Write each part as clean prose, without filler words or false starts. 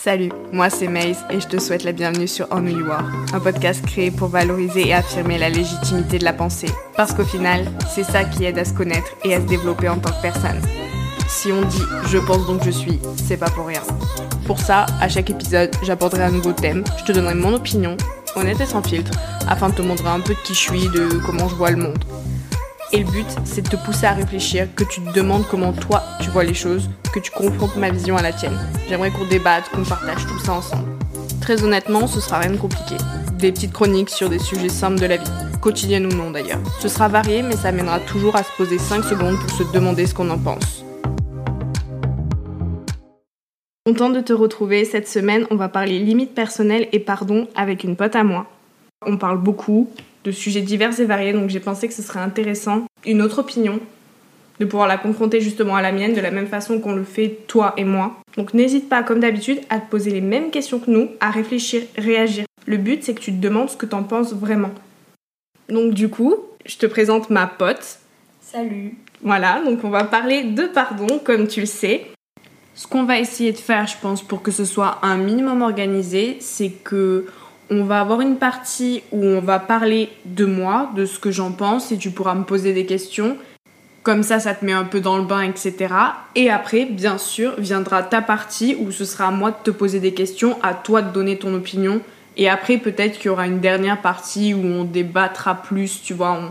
Salut, moi c'est Maze et je te souhaite la bienvenue sur On Who You Are, un podcast créé pour valoriser et affirmer la légitimité de la pensée. Parce qu'au final, c'est ça qui aide à se connaître et à se développer en tant que personne. Si on dit « je pense donc je suis », c'est pas pour rien. Pour ça, à chaque épisode, j'apporterai un nouveau thème, je te donnerai mon opinion, honnête et sans filtre, afin de te montrer un peu de qui je suis, de comment je vois le monde. Et le but, c'est de te pousser à réfléchir, que tu te demandes comment toi, tu vois les choses, que tu confrontes ma vision à la tienne. J'aimerais qu'on débatte, qu'on partage tout ça ensemble. Très honnêtement, ce sera rien de compliqué. Des petites chroniques sur des sujets simples de la vie, quotidienne ou non d'ailleurs. Ce sera varié, mais ça mènera toujours à se poser 5 secondes pour se demander ce qu'on en pense. Contente de te retrouver. Cette semaine, on va parler limites personnelles et pardon avec une pote à moi. On parle beaucoup de sujets divers et variés, donc j'ai pensé que ce serait intéressant, une autre opinion, de pouvoir la confronter justement à la mienne, de la même façon qu'on le fait toi et moi. Donc n'hésite pas, comme d'habitude, à te poser les mêmes questions que nous, à réfléchir, réagir. Le but, c'est que tu te demandes ce que t'en penses vraiment. Donc du coup, je te présente ma pote. Salut. Voilà, donc on va parler de pardon, comme tu le sais. Ce qu'on va essayer de faire, je pense, pour que ce soit un minimum organisé, c'est que on va avoir une partie où on va parler de moi, de ce que j'en pense, et tu pourras me poser des questions. Comme ça te met un peu dans le bain, etc. Et après, bien sûr, viendra ta partie où ce sera à moi de te poser des questions, à toi de donner ton opinion. Et après, peut-être qu'il y aura une dernière partie où on débattra plus, tu vois,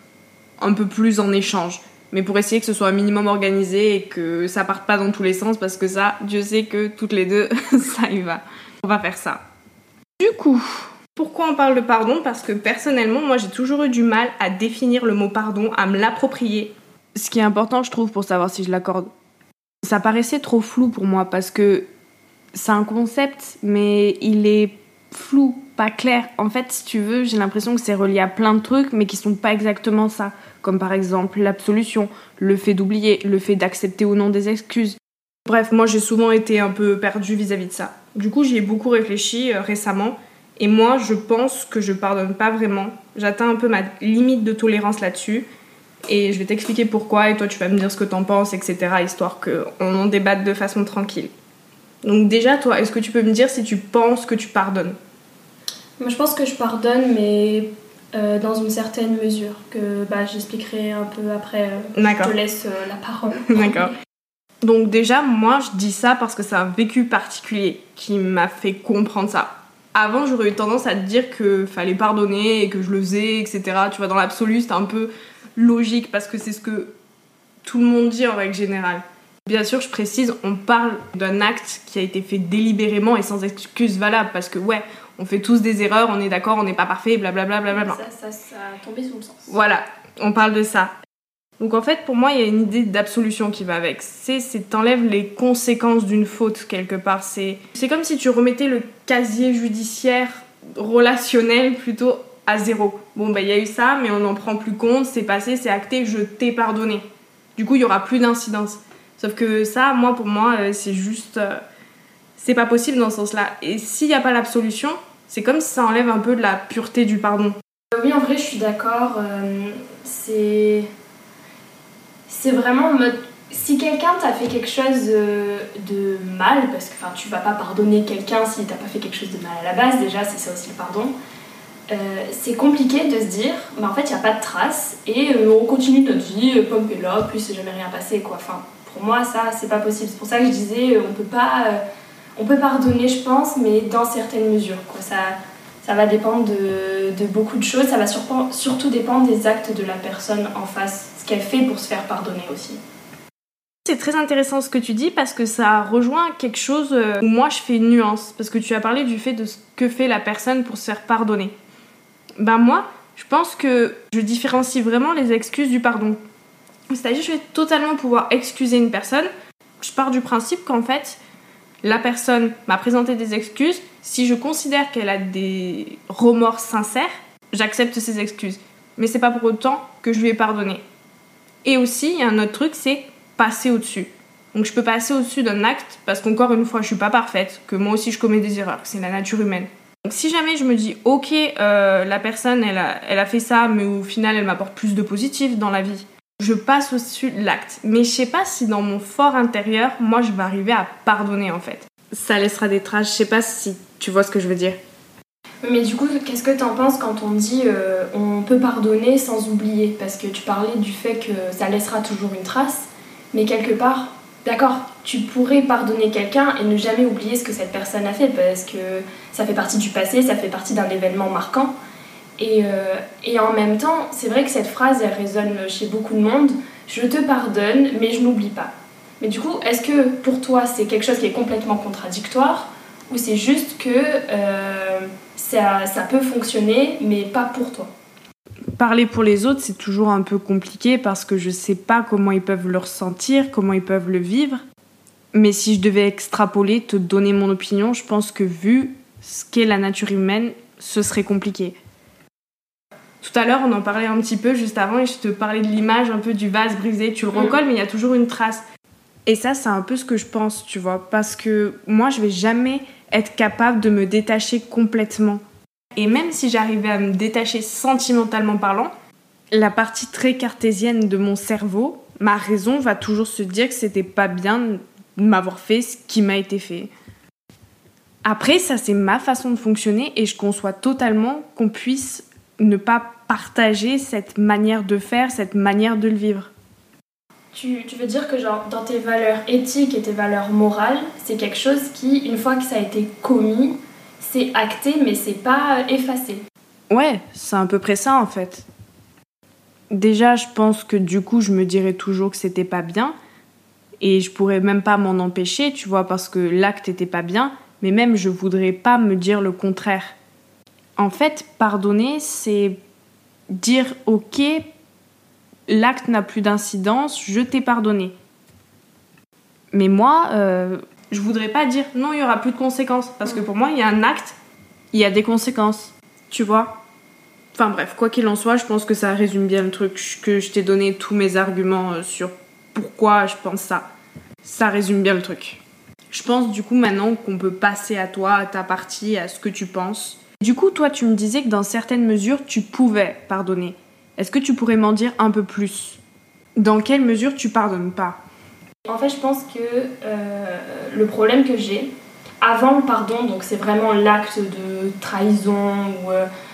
un peu plus en échange. Mais pour essayer que ce soit un minimum organisé et que ça parte pas dans tous les sens, parce que ça, Dieu sait que toutes les deux, ça y va. On va faire ça. Du coup, pourquoi on parle de pardon ? Parce que personnellement, moi j'ai toujours eu du mal à définir le mot pardon, à me l'approprier. Ce qui est important, je trouve, pour savoir si je l'accorde. Ça paraissait trop flou pour moi parce que c'est un concept, mais il est flou, pas clair. En fait, si tu veux, j'ai l'impression que c'est relié à plein de trucs, mais qui sont pas exactement ça. Comme par exemple l'absolution, le fait d'oublier, le fait d'accepter ou non des excuses. Bref, moi j'ai souvent été un peu perdue vis-à-vis de ça. Du coup, j'y ai beaucoup réfléchi récemment. Et moi, je pense que je pardonne pas vraiment. J'atteins un peu ma limite de tolérance là-dessus. Et je vais t'expliquer pourquoi, et toi tu vas me dire ce que t'en penses, etc. Histoire qu'on en débatte de façon tranquille. Donc déjà, toi, est-ce que tu peux me dire si tu penses que tu pardonnes ? Moi, je pense que je pardonne, mais dans une certaine mesure, que j'expliquerai un peu après. D'accord. Je te laisse la parole. D'accord. Donc déjà, moi, je dis ça parce que c'est un vécu particulier qui m'a fait comprendre ça. Avant, j'aurais eu tendance à te dire qu'il fallait pardonner et que je le faisais, etc. Tu vois, dans l'absolu, c'était un peu logique parce que c'est ce que tout le monde dit en règle générale. Bien sûr, je précise, on parle d'un acte qui a été fait délibérément et sans excuse valable parce que ouais, on fait tous des erreurs, on est d'accord, on n'est pas parfait, blablabla. Ça a tombé sous le sens. Voilà, on parle de ça. Donc en fait, pour moi, il y a une idée d'absolution qui va avec. C'est t'enlèves les conséquences d'une faute quelque part. C'est comme si tu remettais le casier judiciaire relationnel plutôt à zéro. Bon, il y a eu ça, mais on n'en prend plus compte, c'est passé, c'est acté, je t'ai pardonné. Du coup, il n'y aura plus d'incidence. Sauf que ça, pour moi, c'est juste... c'est pas possible dans ce sens-là. Et s'il n'y a pas l'absolution, c'est comme si ça enlève un peu de la pureté du pardon. Oui, en vrai, je suis d'accord. C'est vraiment en mode... Si quelqu'un t'a fait quelque chose de mal, parce que tu vas pas pardonner quelqu'un si t'as pas fait quelque chose de mal à la base, déjà, c'est ça aussi le pardon. C'est compliqué de se dire en fait il n'y a pas de traces et on continue notre vie pomme et là puis c'est jamais rien passé quoi. Pour moi ça c'est pas possible, c'est pour ça que je disais on peut pardonner je pense, mais dans certaines mesures quoi. Ça va dépendre de beaucoup de choses, ça va surtout dépendre des actes de la personne en face, ce qu'elle fait pour se faire pardonner aussi. C'est très intéressant ce que tu dis parce que ça rejoint quelque chose où moi je fais une nuance, parce que tu as parlé du fait de ce que fait la personne pour se faire pardonner. Moi, je pense que je différencie vraiment les excuses du pardon. C'est-à-dire que je vais totalement pouvoir excuser une personne. Je pars du principe qu'en fait, la personne m'a présenté des excuses. Si je considère qu'elle a des remords sincères, j'accepte ses excuses. Mais c'est pas pour autant que je lui ai pardonné. Et aussi, il y a un autre truc, c'est passer au-dessus. Donc je peux passer au-dessus d'un acte parce qu'encore une fois, je suis pas parfaite, que moi aussi je commets des erreurs, que c'est la nature humaine. Donc si jamais je me dis ok, la personne elle a fait ça, mais au final elle m'apporte plus de positif dans la vie, je passe au-dessus de l'acte. Mais je sais pas si dans mon fort intérieur, moi je vais arriver à pardonner en fait. ça laissera des traces. Je sais pas si tu vois ce que je veux dire. Mais du coup, qu'est-ce que t'en penses quand on dit on peut pardonner sans oublier? Parce que tu parlais du fait que ça laissera toujours une trace, mais quelque part, d'accord, tu pourrais pardonner quelqu'un et ne jamais oublier ce que cette personne a fait, parce que ça fait partie du passé, ça fait partie d'un événement marquant. Et en même temps, c'est vrai que cette phrase, elle résonne chez beaucoup de monde. Je te pardonne, mais je n'oublie pas. Mais du coup, est-ce que pour toi, c'est quelque chose qui est complètement contradictoire, ou c'est juste que ça peut fonctionner, mais pas pour toi? Parler pour les autres, c'est toujours un peu compliqué parce que je sais pas comment ils peuvent le ressentir, comment ils peuvent le vivre. Mais si je devais extrapoler, te donner mon opinion, je pense que vu ce qu'est la nature humaine, ce serait compliqué. Tout à l'heure, on en parlait un petit peu juste avant et je te parlais de l'image un peu du vase brisé. Tu le recolles, mais il y a toujours une trace. Et ça, c'est un peu ce que je pense, tu vois. Parce que moi, je vais jamais être capable de me détacher complètement. Et même si j'arrivais à me détacher sentimentalement parlant, la partie très cartésienne de mon cerveau, ma raison va toujours se dire que c'était pas bien de m'avoir fait ce qui m'a été fait. Après, ça, c'est ma façon de fonctionner et je conçois totalement qu'on puisse ne pas partager cette manière de faire, cette manière de le vivre. Tu veux dire que genre, dans tes valeurs éthiques et tes valeurs morales, c'est quelque chose qui, une fois que ça a été commis, c'est acté mais c'est pas effacé? Ouais, c'est à peu près ça en fait. Déjà, je pense que du coup, je me dirais toujours que c'était pas bien et je pourrais même pas m'en empêcher, tu vois, parce que l'acte était pas bien, mais même je voudrais pas me dire le contraire. En fait, pardonner, c'est dire « Ok, l'acte n'a plus d'incidence, je t'ai pardonné. » Mais moi, je voudrais pas dire « Non, il y aura plus de conséquences. » Parce que pour moi, il y a un acte, il y a des conséquences. Tu vois ? Enfin bref, quoi qu'il en soit, je pense que ça résume bien le truc, que je t'ai donné tous mes arguments sur pourquoi je pense ça. Ça résume bien le truc. Je pense du coup maintenant qu'on peut passer à toi, à ta partie, à ce que tu penses. Du coup, toi, tu me disais que dans certaines mesures, tu pouvais pardonner. Est-ce que tu pourrais m'en dire un peu plus ? Dans quelle mesure tu pardonnes pas ? En fait, je pense que le problème que j'ai, avant le pardon, donc c'est vraiment l'acte de trahison ou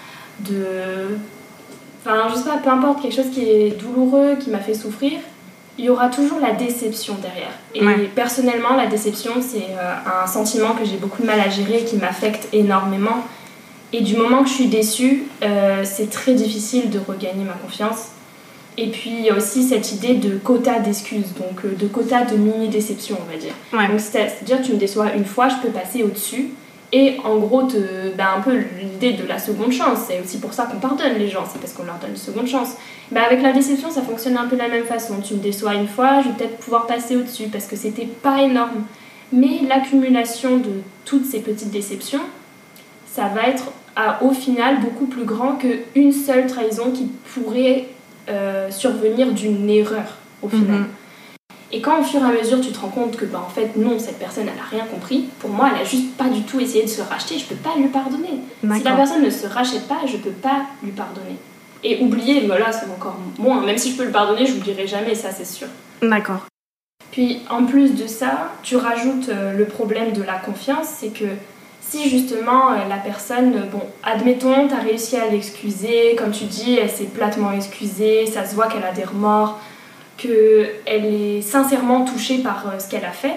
Enfin, je sais pas, peu importe, quelque chose qui est douloureux, qui m'a fait souffrir, il y aura toujours la déception derrière. Et personnellement, la déception, c'est un sentiment que j'ai beaucoup de mal à gérer, qui m'affecte énormément. Et du moment que je suis déçue, c'est très difficile de regagner ma confiance. Et puis il y a aussi cette idée de quota d'excuses, donc de quota de mini-déception, on va dire. Ouais. Donc c'est-à-dire tu me déçois une fois, je peux passer au-dessus. Et en gros, un peu l'idée de la seconde chance, c'est aussi pour ça qu'on pardonne les gens, c'est parce qu'on leur donne une seconde chance. Avec la déception, ça fonctionne un peu de la même façon. Tu me déçois une fois, je vais peut-être pouvoir passer au-dessus parce que c'était pas énorme. Mais l'accumulation de toutes ces petites déceptions, ça va être au final beaucoup plus grand qu'une seule trahison qui pourrait survenir d'une erreur au final. Et quand au fur et à mesure tu te rends compte que en fait non, cette personne elle a rien compris, pour moi elle a juste pas du tout essayé de se racheter, je peux pas lui pardonner. D'accord. Si la personne ne se rachète pas, je peux pas lui pardonner. Et oublier, là c'est encore moins, même si je peux le pardonner, je l'oublierai jamais, ça c'est sûr. D'accord. Puis en plus de ça, tu rajoutes le problème de la confiance, c'est que si justement la personne, admettons, t'as réussi à l'excuser, comme tu dis, elle s'est platement excusée, ça se voit qu'elle a des remords, qu'elle est sincèrement touchée par ce qu'elle a fait,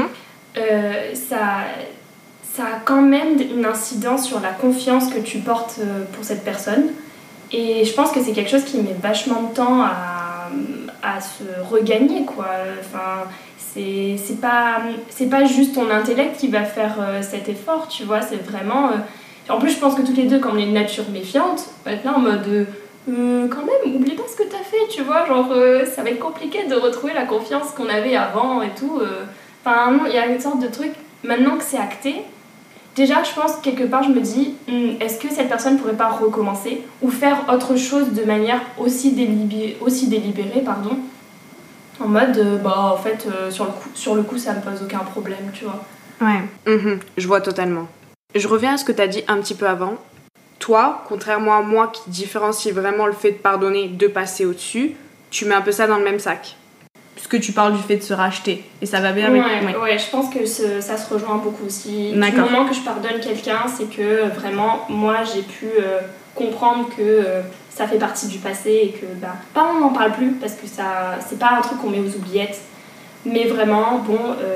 ça a quand même une incidence sur la confiance que tu portes pour cette personne. Et je pense que c'est quelque chose qui met vachement de temps à se regagner, quoi. Enfin, c'est pas juste ton intellect qui va faire cet effort, tu vois, c'est vraiment... En plus, je pense que toutes les deux, comme on est de nature méfiante, on va être là en mode... quand même, oublie pas ce que t'as fait, tu vois, genre ça va être compliqué de retrouver la confiance qu'on avait avant et tout. Enfin, non, il y a une sorte de truc, maintenant que c'est acté, déjà, je pense, quelque part, je me dis, est-ce que cette personne pourrait pas recommencer ou faire autre chose de manière aussi délibérée, en mode, en fait, sur le coup, ça me pose aucun problème, tu vois. Ouais, je vois totalement. Je reviens à ce que t'as dit un petit peu avant. Toi, contrairement à moi qui différencie vraiment le fait de pardonner de passer au-dessus, tu mets un peu ça dans le même sac. puisque tu parles du fait de se racheter. Et ça va bien avec... Ouais, je pense que ça se rejoint beaucoup aussi. Du D'accord. moment que je pardonne quelqu'un, c'est que vraiment, moi, j'ai pu comprendre que ça fait partie du passé et que, pas on n'en parle plus, parce que ça, c'est pas un truc qu'on met aux oubliettes. Mais vraiment, bon,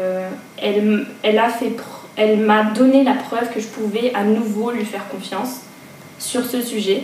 elle m'a donné la preuve que je pouvais à nouveau lui faire confiance sur ce sujet.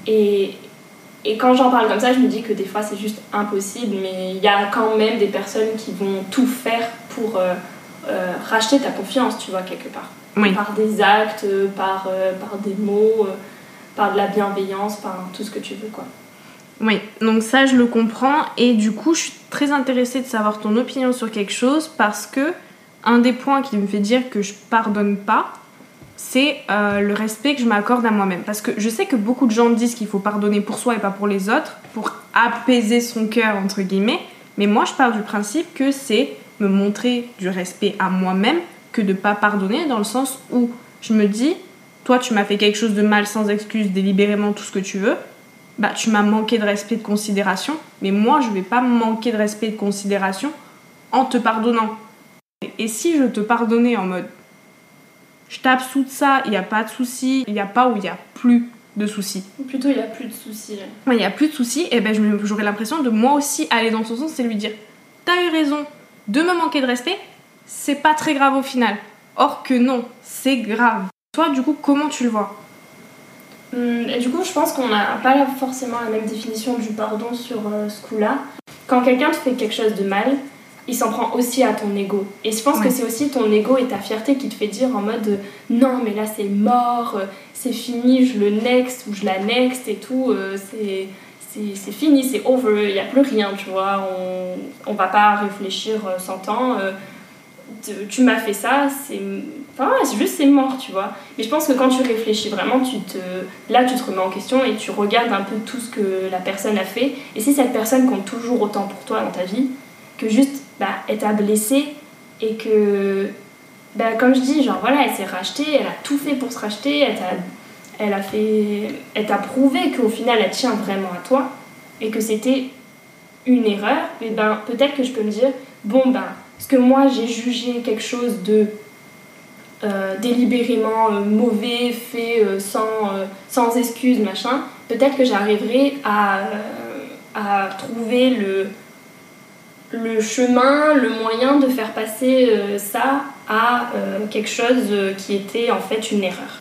Et quand j'en parle comme ça, je me dis que des fois c'est juste impossible, mais il y a quand même des personnes qui vont tout faire pour racheter ta confiance, tu vois, quelque part. Oui. Par des actes, par des mots, par de la bienveillance, par tout ce que tu veux, quoi. Oui, donc ça je le comprends et du coup je suis très intéressée de savoir ton opinion sur quelque chose parce que un des points qui me fait dire que je pardonne pas, c'est le respect que je m'accorde à moi-même. Parce que je sais que beaucoup de gens disent qu'il faut pardonner pour soi et pas pour les autres, pour apaiser son cœur, entre guillemets. Mais moi, je pars du principe que c'est me montrer du respect à moi-même que de pas pardonner, dans le sens où je me dis, toi, tu m'as fait quelque chose de mal sans excuse, délibérément, tout ce que tu veux. Tu m'as manqué de respect, de considération. Mais moi, je vais pas manquer de respect et de considération en te pardonnant. Et si je te pardonnais en mode je tape sous de ça, il n'y a pas de souci, il n'y a pas ou il n'y a plus de soucis. Ou plutôt, il n'y a plus de soucis. Ouais, il n'y a plus de soucis, et j'aurais l'impression de moi aussi aller dans son sens et lui dire t'as eu raison de me manquer de respect, c'est pas très grave au final. Or que non, c'est grave. Toi, du coup, comment tu le vois ? Et du coup, je pense qu'on n'a pas forcément la même définition du pardon sur ce coup-là. Quand quelqu'un te fait quelque chose de mal, il s'en prend aussi à ton ego. Et je pense que c'est aussi ton ego et ta fierté qui te fait dire en mode non, mais là c'est mort, c'est fini, je le next ou je la next et tout, c'est fini, c'est over, il n'y a plus rien, tu vois. On va pas réfléchir 100 ans. Tu m'as fait ça, c'est juste c'est mort, tu vois. Mais je pense que quand tu réfléchis vraiment, là tu te remets en question et tu regardes un peu tout ce que la personne a fait. Et si cette personne compte toujours autant pour toi dans ta vie, que juste elle t'a blessée et que, comme je dis, genre voilà, elle s'est rachetée, elle a tout fait pour se racheter, elle t'a prouvé qu'au final elle tient vraiment à toi et que c'était une erreur, et peut-être que je peux me dire, parce que moi j'ai jugé quelque chose de délibérément mauvais, fait sans excuse, machin, peut-être que j'arriverai à trouver le chemin, le moyen de faire passer ça à quelque chose qui était en fait une erreur.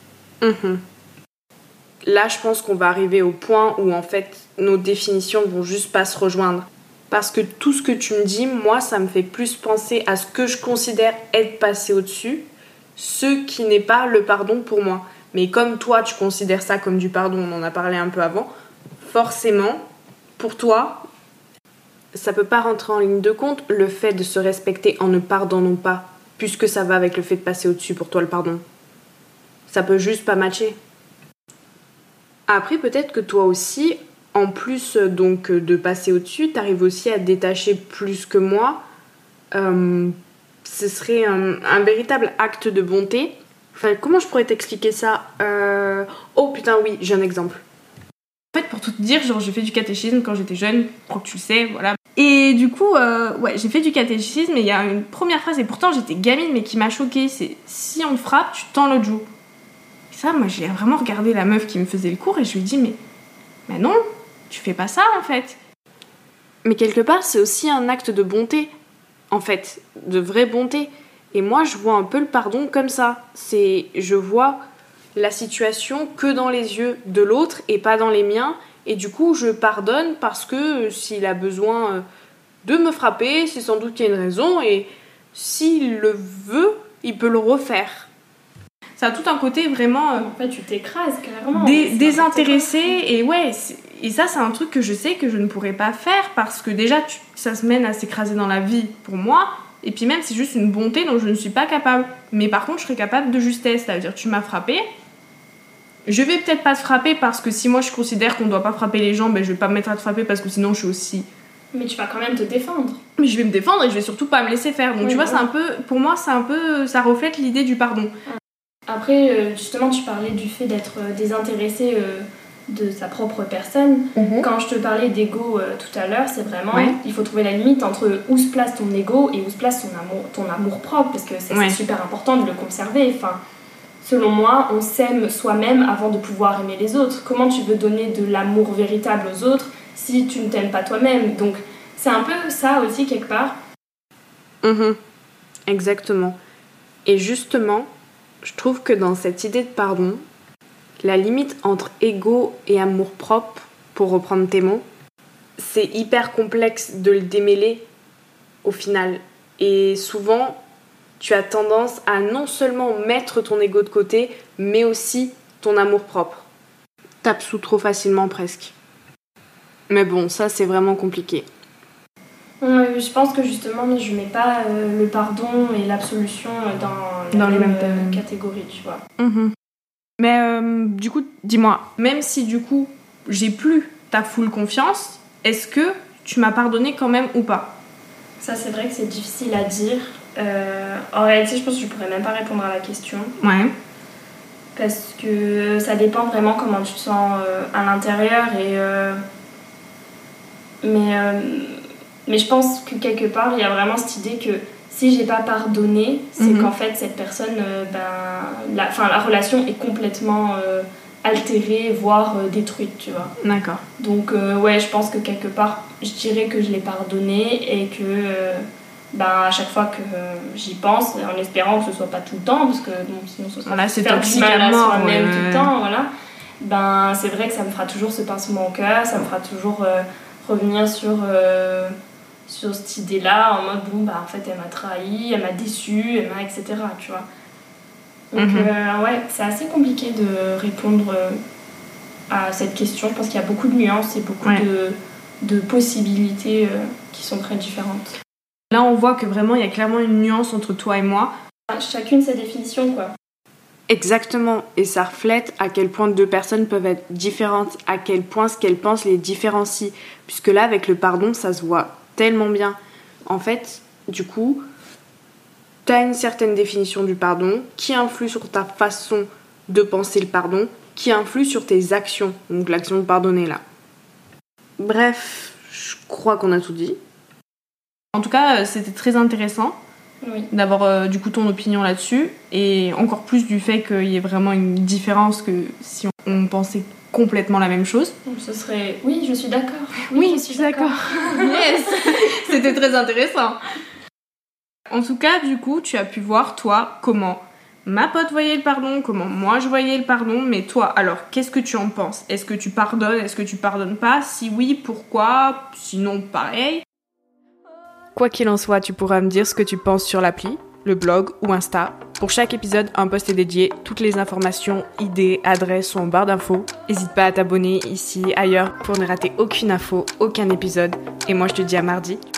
Là, je pense qu'on va arriver au point où en fait nos définitions vont juste pas se rejoindre. Parce que tout ce que tu me dis, moi, ça me fait plus penser à ce que je considère être passé au-dessus, ce qui n'est pas le pardon pour moi. Mais comme toi, tu considères ça comme du pardon, on en a parlé un peu avant, forcément, pour toi, ça peut pas rentrer en ligne de compte le fait de se respecter en ne pardonnant pas, puisque ça va avec le fait de passer au-dessus pour toi le pardon. Ça peut juste pas matcher. Après, peut-être que toi aussi, en plus donc de passer au-dessus, t'arrives aussi à te détacher plus que moi. Ce serait un véritable acte de bonté. Enfin, comment je pourrais t'expliquer ça ? Oh putain, oui, j'ai un exemple. En fait, pour tout te dire, j'ai fait du catéchisme quand j'étais jeune, je crois que tu le sais, voilà. Et du coup, j'ai fait du catéchisme et il y a une première phrase, et pourtant j'étais gamine, mais qui m'a choquée, c'est « si on te frappe, tu tends l'autre joue ». Ça, moi, j'ai vraiment regardé la meuf qui me faisait le cours et je lui ai dit « mais non, tu fais pas ça, en fait ». Mais quelque part, c'est aussi un acte de bonté, en fait, de vraie bonté. Et moi, je vois un peu le pardon comme ça. Je vois la situation que dans les yeux de l'autre et pas dans les miens. Et du coup, je pardonne parce que s'il a besoin de me frapper, c'est sans doute qu'il y a une raison. Et s'il le veut, il peut le refaire. Ça a tout un côté vraiment... En fait, tu t'écrases carrément. Désintéressé. Et ouais, et ça, c'est un truc que je sais que je ne pourrais pas faire parce que déjà, ça se mène à s'écraser dans la vie pour moi. Et puis même, c'est juste une bonté dont je ne suis pas capable. Mais par contre, je serais capable de justesse. C'est-à-dire, tu m'as frappé. Je vais peut-être pas te frapper parce que si moi, je considère qu'on doit pas frapper les gens, je vais pas me mettre à te frapper parce que sinon, je suis aussi... Mais tu vas quand même te défendre. Mais je vais me défendre et je vais surtout pas me laisser faire. Donc oui, tu vois, c'est un peu... Pour moi, ça reflète l'idée du pardon. Après, justement, tu parlais du fait d'être désintéressé de sa propre personne. Quand je te parlais d'ego tout à l'heure, c'est vraiment, il faut trouver la limite entre où se place ton ego et où se place ton amour propre, parce que c'est super important de le conserver. Enfin, selon moi, on s'aime soi-même avant de pouvoir aimer les autres. Comment tu veux donner de l'amour véritable aux autres si tu ne t'aimes pas toi-même? Donc c'est un peu ça aussi quelque part. Exactement. Et justement, je trouve que dans cette idée de pardon, la limite entre ego et amour-propre, pour reprendre tes mots, c'est hyper complexe de le démêler au final. Et souvent, tu as tendance à non seulement mettre ton ego de côté, mais aussi ton amour-propre. Tape sous trop facilement presque. Mais bon, ça c'est vraiment compliqué. Je pense que justement, je mets pas le pardon et l'absolution dans les mêmes catégories, tu vois. Mais du coup, dis-moi, même si du coup j'ai plus ta full confiance, est-ce que tu m'as pardonné quand même ou pas? Ça, c'est vrai que c'est difficile à dire. En réalité, je pense que je pourrais même pas répondre à la question. Ouais. Parce que ça dépend vraiment comment tu te sens à l'intérieur. Mais je pense que quelque part, il y a vraiment cette idée que si j'ai pas pardonné, c'est qu'en fait, cette personne, la relation est complètement altérée, voire détruite, tu vois. D'accord. Donc, je pense que quelque part, je dirais que je l'ai pardonné et que à chaque fois que j'y pense, en espérant que ce soit pas tout le temps, parce que sinon ce serait c'est faire toxique du mal à mort, à soi-même tout le temps, voilà. C'est vrai que ça me fera toujours ce pincement au cœur, ça me fera toujours revenir sur cette idée-là, en mode, en fait, elle m'a trahi, elle m'a déçu, etc., tu vois. Donc, c'est assez compliqué de répondre à cette question. Je pense qu'il y a beaucoup de nuances et beaucoup de possibilités qui sont très différentes. Là, on voit que vraiment, il y a clairement une nuance entre toi et moi. Chacune sa définition, quoi. Exactement, et ça reflète à quel point deux personnes peuvent être différentes, à quel point ce qu'elles pensent les différencie. Puisque là, avec le pardon, ça se voit tellement bien. En fait, du coup, t'as une certaine définition du pardon qui influe sur ta façon de penser le pardon, qui influe sur tes actions, donc l'action de pardonner là. Bref, je crois qu'on a tout dit. En tout cas, c'était très intéressant d'avoir du coup ton opinion là-dessus, et encore plus du fait qu'il y ait vraiment une différence que si on pensait complètement la même chose. Ce serait... Oui, je suis d'accord. Oui, je suis d'accord. Yes. C'était très intéressant. En tout cas, du coup, tu as pu voir, toi, comment ma pote voyait le pardon, comment moi je voyais le pardon, mais toi, alors, qu'est-ce que tu en penses? Est-ce que tu pardonnes? Est-ce que tu pardonnes pas? Si oui, pourquoi? Sinon, pareil. Quoi qu'il en soit, tu pourras me dire ce que tu penses sur l'appli, le blog ou Insta. Pour chaque épisode, un post est dédié. Toutes les informations, idées, adresses sont en barre d'infos. N'hésite pas à t'abonner ici, ailleurs, pour ne rater aucune info, aucun épisode. Et moi, je te dis à mardi